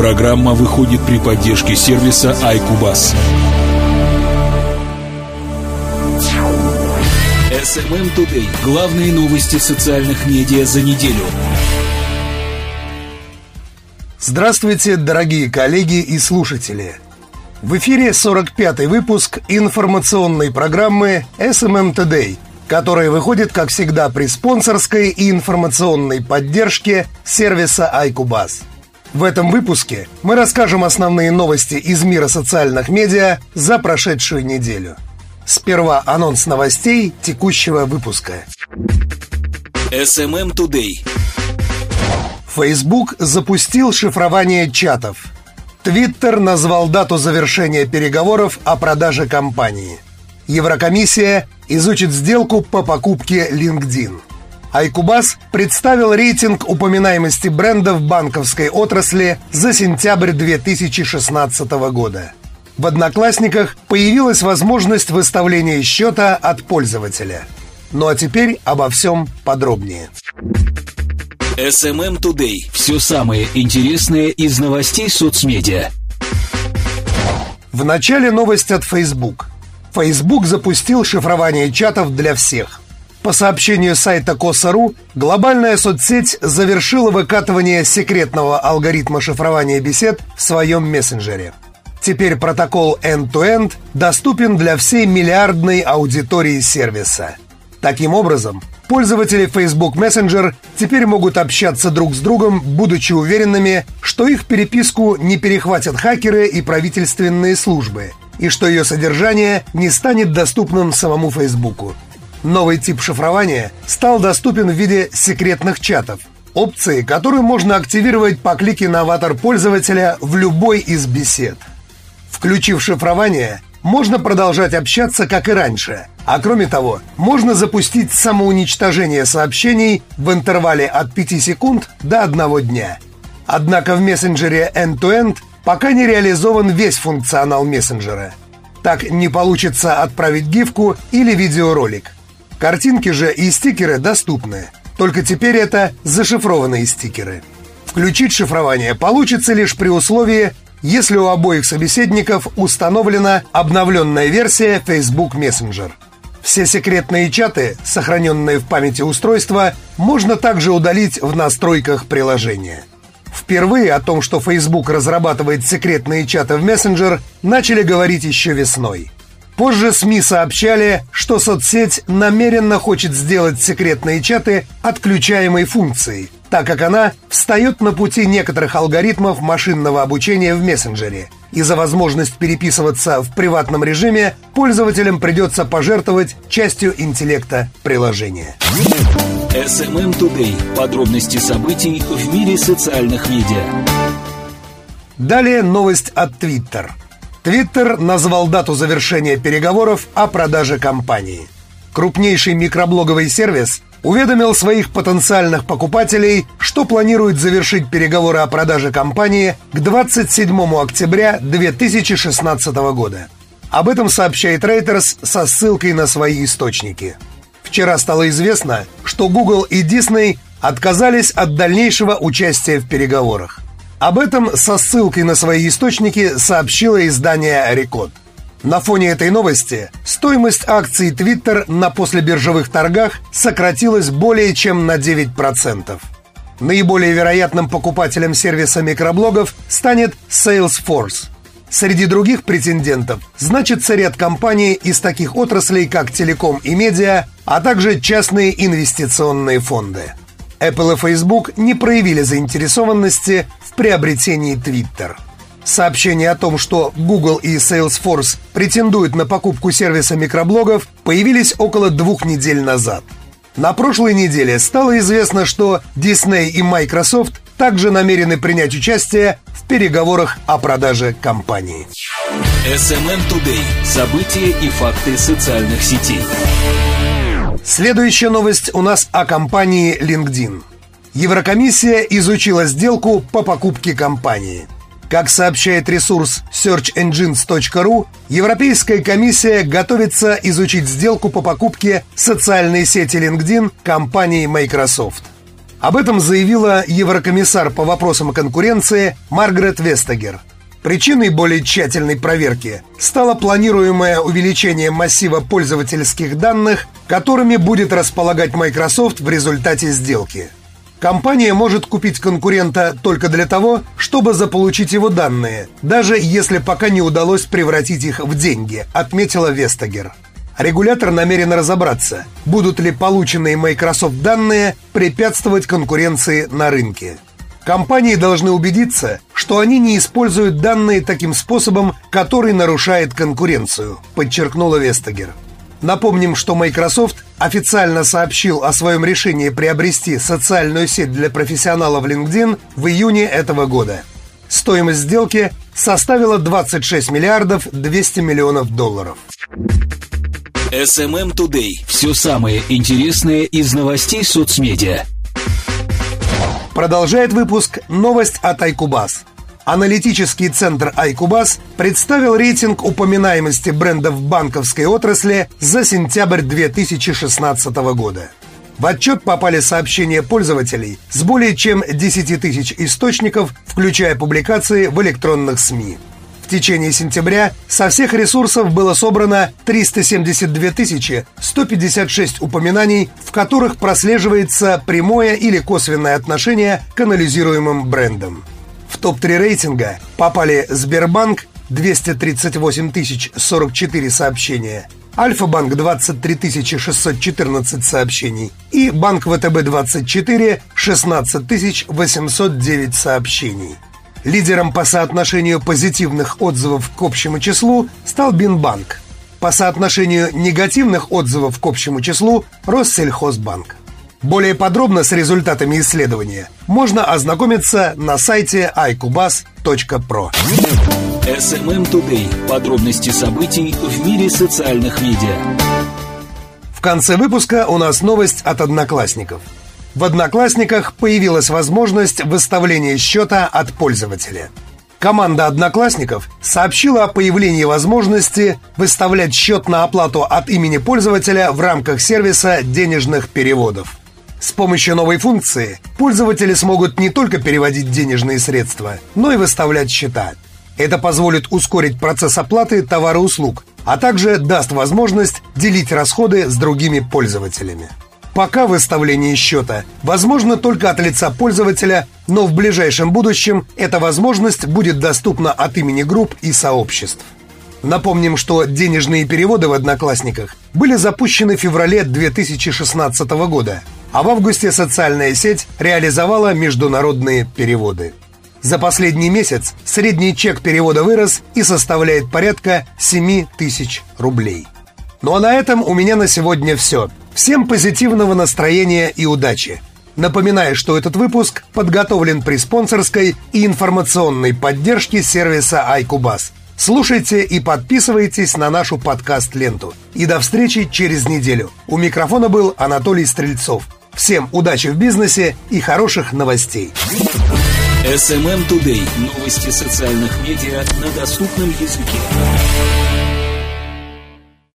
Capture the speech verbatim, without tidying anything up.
Программа выходит при поддержке сервиса iCubus. эс эм эм Today. Главные новости социальных медиа за неделю. Здравствуйте, дорогие коллеги и слушатели. В эфире сорок пятый выпуск информационной программы эс эм эм Today, которая выходит, как всегда, при спонсорской и информационной поддержке сервиса iCubus. В этом выпуске мы расскажем основные новости из мира социальных медиа за прошедшую неделю. Сперва анонс новостей текущего выпуска. эс эм эм Today. Facebook запустил шифрование чатов. Twitter назвал дату завершения переговоров о продаже компании. Еврокомиссия изучит сделку по покупке LinkedIn. iCubus представил рейтинг упоминаемости брендов банковской отрасли за сентябрь две тысячи шестнадцатого года. В «Одноклассниках» появилась возможность выставления счета от пользователя. Ну а теперь обо всем подробнее. эс эм эм Today. Все самое интересное из новостей соцмедиа. В начале новость от Facebook. Facebook запустил шифрование чатов для всех. По сообщению сайта коса точка ру, глобальная соцсеть завершила выкатывание секретного алгоритма шифрования бесед в своем мессенджере. Теперь протокол end-to-end доступен для всей миллиардной аудитории сервиса. Таким образом, пользователи Facebook Messenger теперь могут общаться друг с другом, будучи уверенными, что их переписку не перехватят хакеры и правительственные службы, и что ее содержание не станет доступным самому Facebook. Новый тип шифрования стал доступен в виде секретных чатов, опции, которую можно активировать по клике на аватар пользователя в любой из бесед. Включив шифрование, можно продолжать общаться, как и раньше, а кроме того, можно запустить самоуничтожение сообщений в интервале от пяти секунд до одного дня. Однако в мессенджере end-to-end пока не реализован весь функционал мессенджера. Так не получится отправить гифку или видеоролик. Картинки же и стикеры доступны, только теперь это зашифрованные стикеры. Включить шифрование получится лишь при условии, если у обоих собеседников установлена обновленная версия Facebook Messenger. Все секретные чаты, сохраненные в памяти устройства, можно также удалить в настройках приложения. Впервые о том, что Facebook разрабатывает секретные чаты в Messenger, начали говорить еще весной. Позже СМИ сообщали, что соцсеть намеренно хочет сделать секретные чаты отключаемой функцией, так как она встает на пути некоторых алгоритмов машинного обучения в мессенджере, и за возможность переписываться в приватном режиме пользователям придется пожертвовать частью интеллекта приложения. эс эм эм Today. Подробности событий в мире социальных медиа. Далее новость от Twitter. Twitter назвал дату завершения переговоров о продаже компании. Крупнейший микроблоговый сервис уведомил своих потенциальных покупателей, что планирует завершить переговоры о продаже компании к двадцать седьмому октября две тысячи шестнадцатого года. Об этом сообщает Reuters со ссылкой на свои источники. Вчера стало известно, что Google и Disney отказались от дальнейшего участия в переговорах. Об этом со ссылкой на свои источники сообщило издание Recode. На фоне этой новости стоимость акций Twitter на послебиржевых торгах сократилась более чем на девять процентов. Наиболее вероятным покупателем сервиса микроблогов станет Salesforce. Среди других претендентов значится ряд компаний из таких отраслей, как телеком и медиа, а также частные инвестиционные фонды. Apple и Facebook не проявили заинтересованности в приобретении Twitter. Сообщения о том, что Google и Salesforce претендуют на покупку сервиса микроблогов, появились около двух недель назад. На прошлой неделе стало известно, что Disney и Microsoft также намерены принять участие в переговорах о продаже компании. эс эм эм Today. События и факты социальных сетей. Следующая новость у нас о компании LinkedIn. Еврокомиссия изучила сделку по покупке компании. Как сообщает ресурс серч энджинс точка ру, Европейская комиссия готовится изучить сделку по покупке социальной сети LinkedIn компанией Microsoft. Об этом заявила еврокомиссар по вопросам конкуренции Маргарет Вестагер. Причиной более тщательной проверки стало планируемое увеличение массива пользовательских данных, которыми будет располагать Microsoft в результате сделки. Компания может купить конкурента только для того, чтобы заполучить его данные, даже если пока не удалось превратить их в деньги, отметила Вестагер. Регулятор намерен разобраться, будут ли полученные Microsoft данные препятствовать конкуренции на рынке. Компании должны убедиться, что они не используют данные таким способом, который нарушает конкуренцию, подчеркнула Вестагер. Напомним, что Microsoft официально сообщил о своем решении приобрести социальную сеть для профессионалов LinkedIn в июне этого года. Стоимость сделки составила двадцать шесть миллиардов двести миллионов долларов. эс эм эм Today. Все самое интересное из новостей соцмедиа. Продолжает выпуск новость от iCubus. Аналитический центр iCubus представил рейтинг упоминаемости брендов банковской отрасли за сентябрь две тысячи шестнадцатого года. В отчет попали сообщения пользователей с более чем десять тысяч источников, включая публикации в электронных СМИ. В течение сентября со всех ресурсов было собрано триста семьдесят две тысячи сто пятьдесят шесть упоминаний, в которых прослеживается прямое или косвенное отношение к анализируемым брендам. В топ три рейтинга попали Сбербанк – двести тридцать восемь тысяч сорок четыре сообщения, Альфа-банк – двадцать три тысячи шестьсот четырнадцать сообщений и Банк вэ тэ бэ двадцать четыре – шестнадцать тысяч восемьсот девять сообщений. Лидером по соотношению позитивных отзывов к общему числу стал Бинбанк. По соотношению негативных отзывов к общему числу – Россельхозбанк. Более подробно с результатами исследования можно ознакомиться на сайте ай кубас точка про. эс эм эм Today. Подробности событий в мире социальных медиа. В конце выпуска у нас новость от Одноклассников. В Одноклассниках появилась возможность выставления счета от пользователя. Команда Одноклассников сообщила о появлении возможности выставлять счет на оплату от имени пользователя в рамках сервиса денежных переводов. С помощью новой функции пользователи смогут не только переводить денежные средства, но и выставлять счета. Это позволит ускорить процесс оплаты товара и услуг, а также даст возможность делить расходы с другими пользователями. Пока выставление счета возможно только от лица пользователя, но в ближайшем будущем эта возможность будет доступна от имени групп и сообществ. Напомним, что денежные переводы в Одноклассниках были запущены в феврале две тысячи шестнадцатого года, а в августе социальная сеть реализовала международные переводы. За последний месяц средний чек перевода вырос и составляет порядка семь тысяч рублей. Ну а на этом у меня на сегодня все. Всем позитивного настроения и удачи. Напоминаю, что этот выпуск подготовлен при спонсорской и информационной поддержке сервиса iCubus. Слушайте и подписывайтесь на нашу подкаст-ленту. И до встречи через неделю. У микрофона был Анатолий Стрельцов. Всем удачи в бизнесе и хороших новостей. эс эм эм Today. Новости социальных медиа на доступном языке.